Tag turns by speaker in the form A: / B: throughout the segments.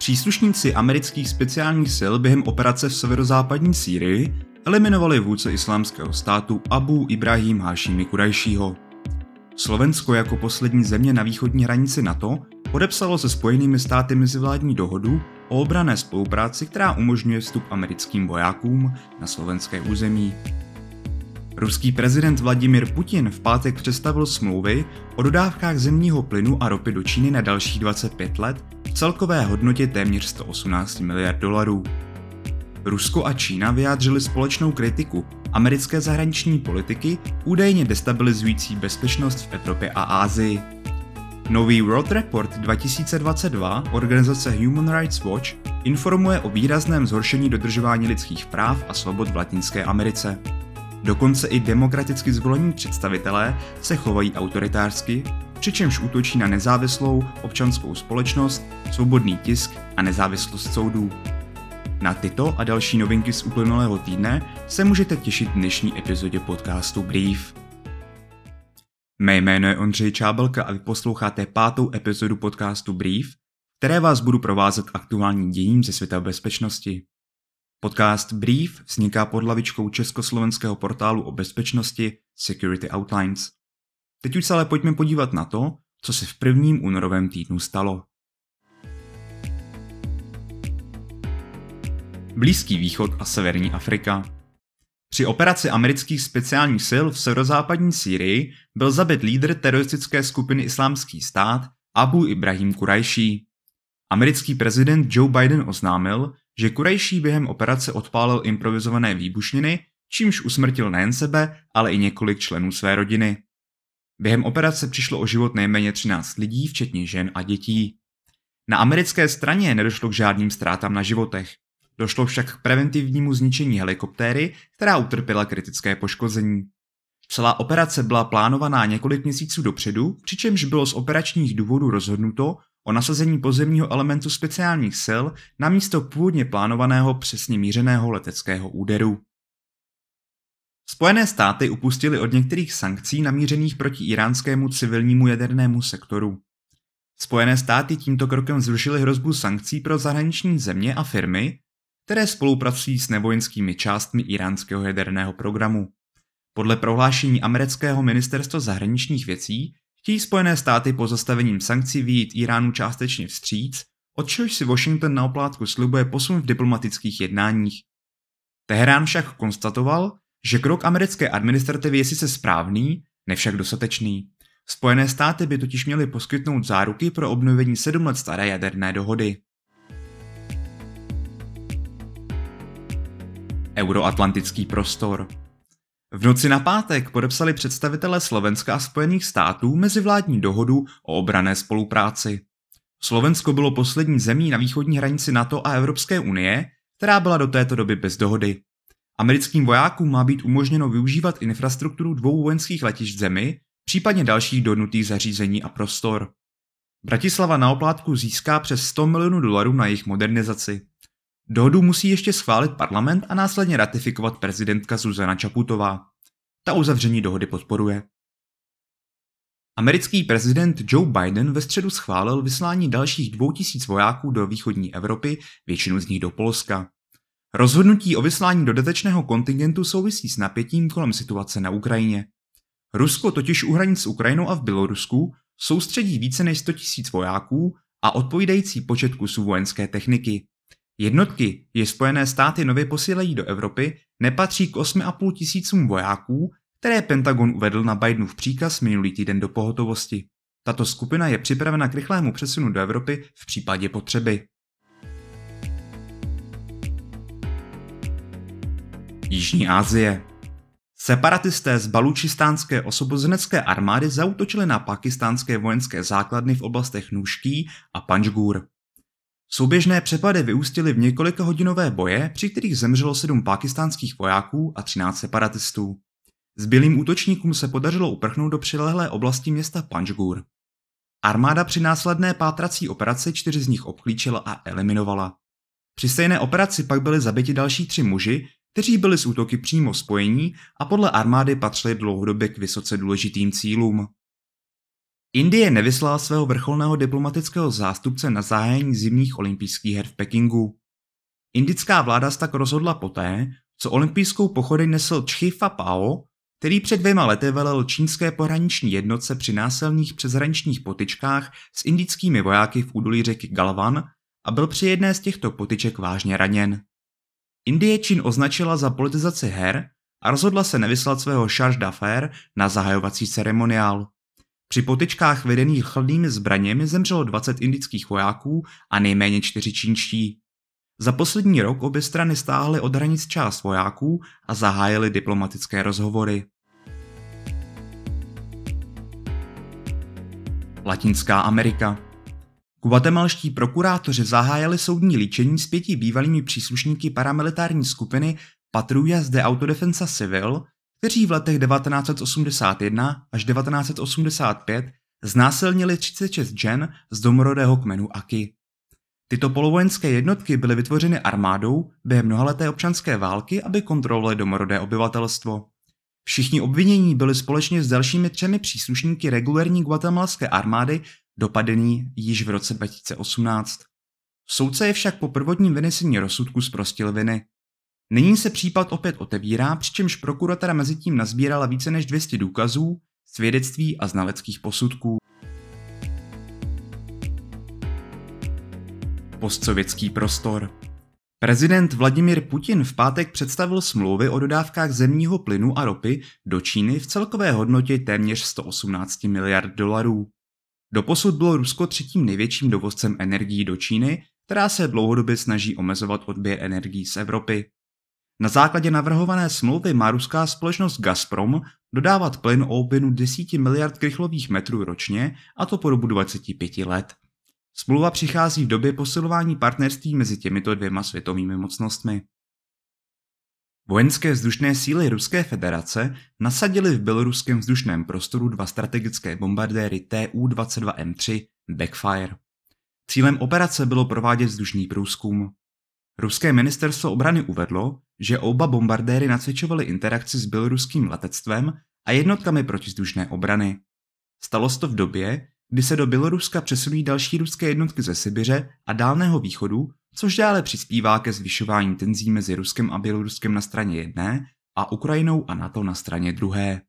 A: Příslušníci amerických speciálních sil během operace v severozápadní Sýrii eliminovali vůdce islámského státu Abu Ibrahim Hášimi Kurajšího. Slovensko jako poslední země na východní hranici NATO podepsalo se Spojenými státy mezivládní dohodu o obranné spolupráci, která umožňuje vstup americkým vojákům na slovenské území. Ruský prezident Vladimir Putin v pátek představil smlouvy o dodávkách zemního plynu a ropy do Číny na dalších 25 let v celkové hodnotě téměř 118 miliard dolarů. Rusko a Čína vyjádřili společnou kritiku americké zahraniční politiky údajně destabilizující bezpečnost v Evropě a Asii. Nový World Report 2022 organizace Human Rights Watch informuje o výrazném zhoršení dodržování lidských práv a svobod v Latinské Americe. Dokonce i demokraticky zvolení představitelé se chovají autoritářsky, přičemž útočí na nezávislou občanskou společnost, svobodný tisk a nezávislost soudů. Na tyto a další novinky z uplynulého týdne se můžete těšit v dnešní epizodě podcastu Brief. Mé jméno je Ondřej Čábelka a vy posloucháte 5. epizodu podcastu Brief, které vás budu provázet aktuálním děním ze světa bezpečnosti. Podcast Brief vzniká pod hlavičkou československého portálu o bezpečnosti Security Outlines. Teď už se ale pojďme podívat na to, co se v prvním únorovém týdnu stalo. Blízký východ a severní Afrika. Při operaci amerických speciálních sil v severozápadní Sýrii byl zabit lídr teroristické skupiny Islámský stát Abu Ibrahim Kurajší. Americký prezident Joe Biden oznámil, že Kurajší během operace odpálil improvizované výbušniny, čímž usmrtil nejen sebe, ale i několik členů své rodiny. Během operace přišlo o život nejméně 13 lidí, včetně žen a dětí. Na americké straně nedošlo k žádným ztrátám na životech. Došlo však k preventivnímu zničení helikoptéry, která utrpěla kritické poškození. Celá operace byla plánovaná několik měsíců dopředu, přičemž bylo z operačních důvodů rozhodnuto o nasazení pozemního elementu speciálních sil na místo původně plánovaného přesně mířeného leteckého úderu. Spojené státy upustily od některých sankcí namířených proti iránskému civilnímu jadernému sektoru. Spojené státy tímto krokem zrušily hrozbu sankcí pro zahraniční země a firmy, které spolupracují s nevojenskými částmi iránského jaderného programu. Podle prohlášení amerického ministerstva zahraničních věcí chtějí Spojené státy pozastavením sankcí vyjít Iránu částečně vstříc, od čehož si Washington na oplátku slibuje posun v diplomatických jednáních. Teherán však konstatoval, že krok americké administrativy je sice správný, nevšak dostatečný. Spojené státy by totiž měly poskytnout záruky pro obnovení 7 let staré jaderné dohody. Euroatlantický prostor. V noci na pátek podepsali představitelé Slovenska a Spojených států mezivládní dohodu o obranné spolupráci. Slovensko bylo poslední zemí na východní hranici NATO a Evropské unie, která byla do této doby bez dohody. Americkým vojákům má být umožněno využívat infrastrukturu 2 vojenských letišť v zemi, případně dalších dohodnutých zařízení a prostor. Bratislava na oplátku získá přes $100 milionů na jejich modernizaci. Dohodu musí ještě schválit parlament a následně ratifikovat prezidentka Zuzana Čaputová. Ta uzavření dohody podporuje. Americký prezident Joe Biden ve středu schválil vyslání dalších 2000 vojáků do východní Evropy, většinu z nich do Polska. Rozhodnutí o vyslání dodatečného kontingentu souvisí s napětím kolem situace na Ukrajině. Rusko totiž u hranic s Ukrajinou a v Bělorusku soustředí více než 100 000 vojáků a odpovídající počet kusů vojenské techniky. Jednotky, jež Spojené státy nově posílají do Evropy, nepatří k 8,5 tisícům vojáků, které Pentagon uvedl na Bidenův příkaz minulý týden do pohotovosti. Tato skupina je připravena k rychlému přesunu do Evropy v případě potřeby. Jižní Asie. Separatisté z Balučistánské osvobozenecké armády zaútočili na pakistánské vojenské základny v oblastech Nůžký a Panžgúr. Souběžné přepady vyústily v několikahodinové boje, při kterých zemřelo 7 pakistánských vojáků a 13 separatistů. Zbylým útočníkům se podařilo uprchnout do přilehlé oblasti města Panžgúr. Armáda při následné pátrací operaci 4 z nich obklíčila a eliminovala. Při stejné operaci pak byli zabiti další 3 muži, kteří byli s útoky přímo spojení a podle armády patřili dlouhodobě k vysoce důležitým cílům. Indie nevyslala svého vrcholného diplomatického zástupce na zahájení zimních olympijských her v Pekingu. Indická vláda se tak rozhodla poté, co olympijskou pochodeň nesl Chchifa Pao, který před 2 lety velel čínské pohraniční jednotce při násilných přeshraničních potyčkách s indickými vojáky v údolí řeky Galwan a byl při jedné z těchto potyček vážně raněn. Indie Čín označila za politizaci her a rozhodla se nevyslat svého charge d'affaires na zahajovací ceremoniál. Při potyčkách vedených chladnými zbraněmi zemřelo 20 indických vojáků a nejméně 4 čínští. Za poslední rok obě strany stáhly od hranic část vojáků a zahájily diplomatické rozhovory. Latinská Amerika. Guatemalští prokurátoři zahájili soudní líčení s 5 bývalými příslušníky paramilitární skupiny Patrullas de Autodefensa Civil, kteří v letech 1981 až 1985 znásilnili 36 žen z domorodého kmenu Aki. Tyto polovojenské jednotky byly vytvořeny armádou během mnohaleté občanské války, aby kontrolovaly domorodé obyvatelstvo. Všichni obvinění byli společně s dalšími 3 příslušníky regulérní guatemalské armády dopadení již v roce 2018. Soudce je však po prvotním vynesení rozsudku zprostil viny. Nyní se případ opět otevírá, přičemž prokuratura mezitím nazbírala více než 200 důkazů, svědectví a znaleckých posudků. Postsovětský prostor. Prezident Vladimír Putin v pátek představil smlouvy o dodávkách zemního plynu a ropy do Číny v celkové hodnotě téměř 118 miliard dolarů. Doposud bylo Rusko 3. největším dovozcem energií do Číny, která se dlouhodobě snaží omezovat odběr energií z Evropy. Na základě navrhované smlouvy má ruská společnost Gazprom dodávat plyn o objemu 10 miliard krychlových metrů ročně, a to po dobu 25 let. Smlouva přichází v době posilování partnerství mezi těmito 2 světovými mocnostmi. Vojenské vzdušné síly Ruské federace nasadily v běloruském vzdušném prostoru 2 strategické bombardéry Tu-22M3 Backfire. Cílem operace bylo provádět vzdušný průzkum. Ruské ministerstvo obrany uvedlo, že oba bombardéry nacvičovaly interakci s běloruským letectvem a jednotkami protivzdušné obrany. Stalo se to v době, kdy se do Běloruska přesunují další ruské jednotky ze Sibiře a Dálného východu, což dále přispívá ke zvyšování tenzí mezi Ruskem a Běloruskem na straně jedné a Ukrajinou a NATO na straně druhé.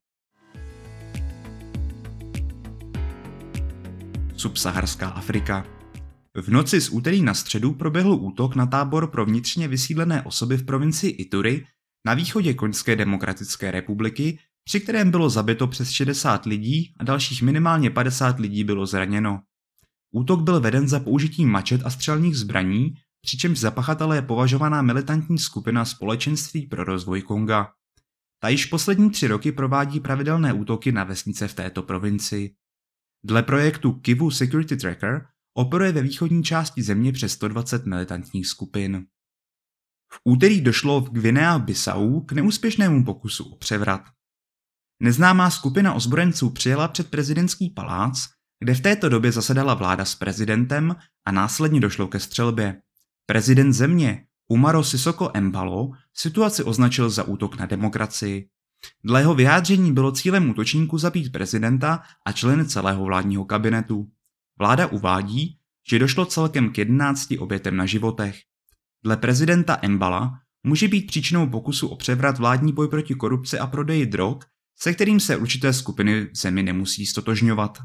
A: Subsaharská Afrika. V noci z úterý na středu proběhl útok na tábor pro vnitřně vysídlené osoby v provincii Ituri na východě Konžské demokratické republiky, při kterém bylo zabito přes 60 lidí a dalších minimálně 50 lidí bylo zraněno. Útok byl veden za použití mačet a střelných zbraní, přičemž za pachatele je považovaná militantní skupina Společenství pro rozvoj Konga. Ta již poslední 3 roky provádí pravidelné útoky na vesnice v této provincii. Dle projektu Kivu Security Tracker operuje ve východní části země přes 120 militantních skupin. V úterý došlo v Guinea-Bissau k neúspěšnému pokusu o převrat. Neznámá skupina ozbrojenců přijela před prezidentský palác, kde v této době zasedala vláda s prezidentem a následně došlo ke střelbě. Prezident země Umaro Sissoco Embalo situaci označil za útok na demokracii. Dle jeho vyjádření bylo cílem útočníků zabít prezidenta a členy celého vládního kabinetu. Vláda uvádí, že došlo celkem k 11 obětem na životech. Dle prezidenta Embala může být příčinou pokusu o převrat vládní boj proti korupci a prodeji drog, se kterým se určité skupiny v zemi nemusí stotožňovat.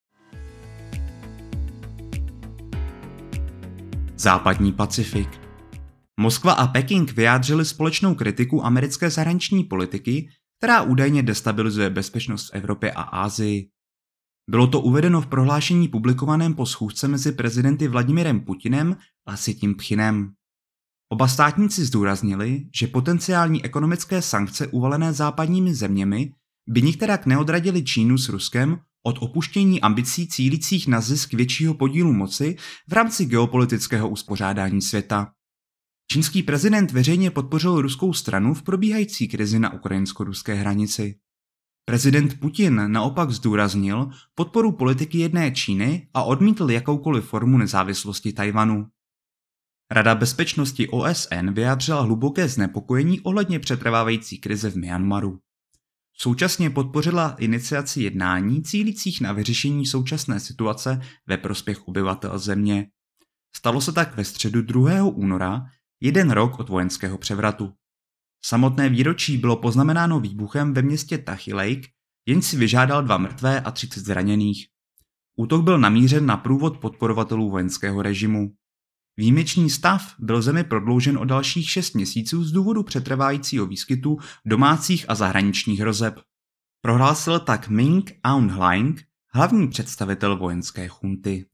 A: Západní Pacifik. Moskva a Peking vyjádřili společnou kritiku americké zahraniční politiky, která údajně destabilizuje bezpečnost v Evropě a Asii. Bylo to uvedeno v prohlášení publikovaném po schůzce mezi prezidenty Vladimirem Putinem a Xi Jinpingem. Oba státníci zdůraznili, že potenciální ekonomické sankce uvalené západními zeměmi by nikterak neodradily Čínu s Ruskem od opuštění ambicí cílících na zisk většího podílu moci v rámci geopolitického uspořádání světa. Čínský prezident veřejně podpořil ruskou stranu v probíhající krizi na ukrajinsko-ruské hranici. Prezident Putin naopak zdůraznil podporu politiky jedné Číny a odmítl jakoukoliv formu nezávislosti Tchaj-wanu. Rada bezpečnosti OSN vyjádřila hluboké znepokojení ohledně přetrvávající krize v Myanmaru. Současně podpořila iniciaci jednání cílících na vyřešení současné situace ve prospěch obyvatel země. Stalo se tak ve středu 2. února, 1 rok od vojenského převratu. Samotné výročí bylo poznamenáno výbuchem ve městě Tachi Lake, jenž si vyžádal 2 mrtvé a 30 zraněných. Útok byl namířen na průvod podporovatelů vojenského režimu. Výjimečný stav byl zemi prodloužen o dalších 6 měsíců z důvodu přetrvávajícího výskytu domácích a zahraničních hrozeb. Prohlásil tak Min Aung Hlaing, hlavní představitel vojenské chunty.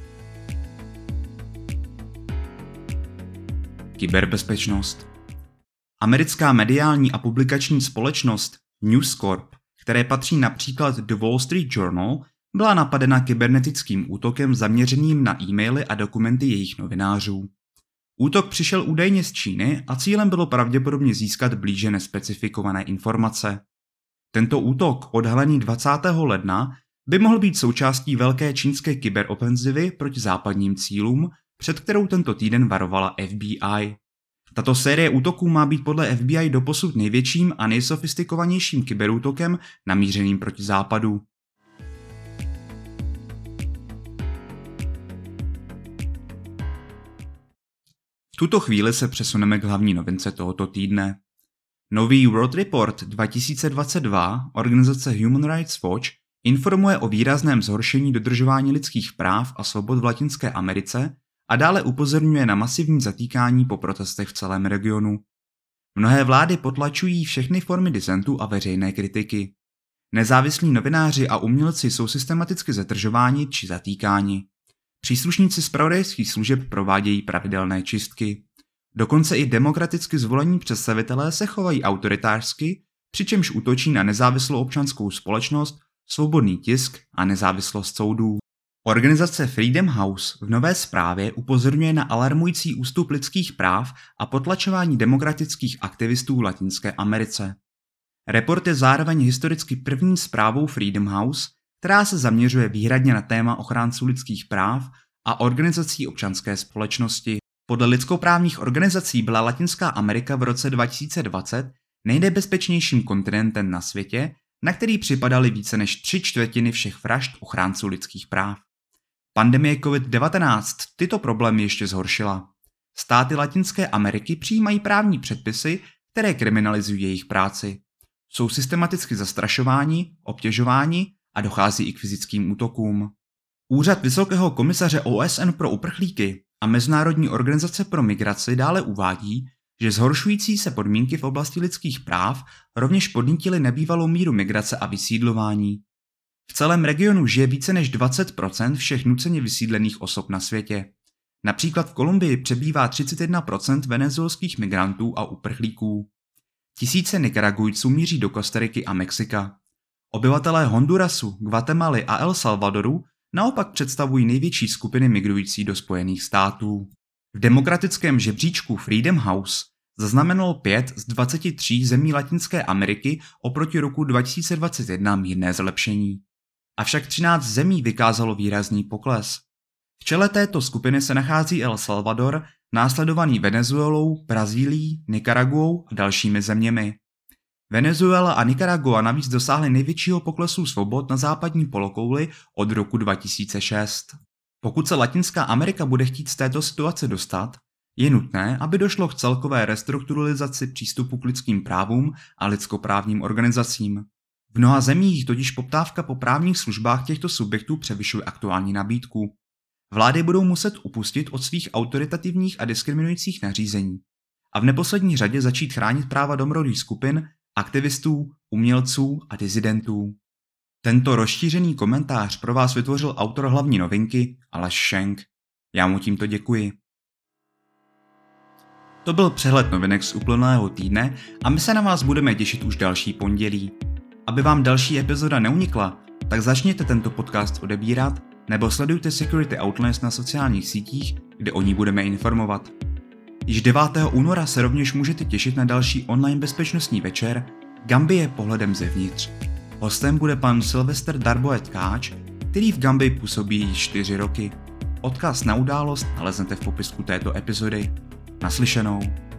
A: Kyberbezpečnost. Americká mediální a publikační společnost News Corp, které patří například The Wall Street Journal, byla napadena kybernetickým útokem zaměřeným na e-maily a dokumenty jejich novinářů. Útok přišel údajně z Číny a cílem bylo pravděpodobně získat blíže nespecifikované informace. Tento útok, odhalený 20. ledna, by mohl být součástí velké čínské kyberofenzivy proti západním cílům, před kterou tento týden varovala FBI. Tato série útoků má být podle FBI doposud největším a nejsofistikovanějším kyberútokem namířeným proti západu. V tuto chvíli se přesuneme k hlavní novince tohoto týdne. Nový World Report 2022 organizace Human Rights Watch informuje o výrazném zhoršení dodržování lidských práv a svobod v Latinské Americe a dále upozorňuje na masivní zatýkání po protestech v celém regionu. Mnohé vlády potlačují všechny formy disentu a veřejné kritiky. Nezávislí novináři a umělci jsou systematicky zadržováni či zatýkáni. Příslušníci zpravodajských služeb provádějí pravidelné čistky. Dokonce i demokraticky zvolení představitelé se chovají autoritářsky, přičemž útočí na nezávislou občanskou společnost, svobodný tisk a nezávislost soudů. Organizace Freedom House v nové zprávě upozorňuje na alarmující ústup lidských práv a potlačování demokratických aktivistů v Latinské Americe. Report je zároveň historicky první zprávou Freedom House, která se zaměřuje výhradně na téma ochránců lidských práv a organizací občanské společnosti. Podle lidskoprávních organizací byla Latinská Amerika v roce 2020 nejnebezpečnějším kontinentem na světě, na který připadaly více než 3/4 všech vražd ochránců lidských práv. Pandemie COVID-19 tyto problémy ještě zhoršila. Státy Latinské Ameriky přijímají právní předpisy, které kriminalizují jejich práci. Jsou systematicky zastrašováni, obtěžováni a dochází i k fyzickým útokům. Úřad Vysokého komisaře OSN pro uprchlíky a Mezinárodní organizace pro migraci dále uvádí, že zhoršující se podmínky v oblasti lidských práv rovněž podnítily nebývalou míru migrace a vysídlování. V celém regionu žije více než 20% všech nuceně vysídlených osob na světě. Například v Kolumbii přebývá 31% venezuelských migrantů a uprchlíků. Tisíce Nikaragujců míří do Kostariky a Mexika. Obyvatelé Hondurasu, Guatemaly a El Salvadoru naopak představují největší skupiny migrující do Spojených států. V demokratickém žebříčku Freedom House zaznamenalo 5 z 23 zemí Latinské Ameriky oproti roku 2021 mírné zlepšení. Avšak 13 zemí vykázalo výrazný pokles. V čele této skupiny se nachází El Salvador, následovaný Venezuelou, Brazílií, Nikaraguou a dalšími zeměmi. Venezuela a Nikaragua navíc dosáhly největšího poklesu svobod na západní polokouli od roku 2006. Pokud se Latinská Amerika bude chtít z této situace dostat, je nutné, aby došlo k celkové restrukturalizaci přístupu k lidským právům a lidskoprávním organizacím. V mnoha zemích totiž poptávka po právních službách těchto subjektů převyšuje aktuální nabídku. Vlády budou muset upustit od svých autoritativních a diskriminujících nařízení a v neposlední řadě začít chránit práva domorodých skupin, aktivistů, umělců a disidentů. Tento rozšířený komentář pro vás vytvořil autor hlavní novinky Aleš Schenk. Já mu tímto děkuji. To byl přehled novinek z uplynulého týdne a my se na vás budeme těšit už další pondělí. Aby vám další epizoda neunikla, tak začněte tento podcast odebírat nebo sledujte Security Outlines na sociálních sítích, kde o ní budeme informovat. Již 9. února se rovněž můžete těšit na další online bezpečnostní večer Gambie pohledem zevnitř. Hostem bude pan Sylvester Darboet-Tkáč, který v Gambii působí již 4 roky. Odkaz na událost naleznete v popisku této epizody. Naslyšenou.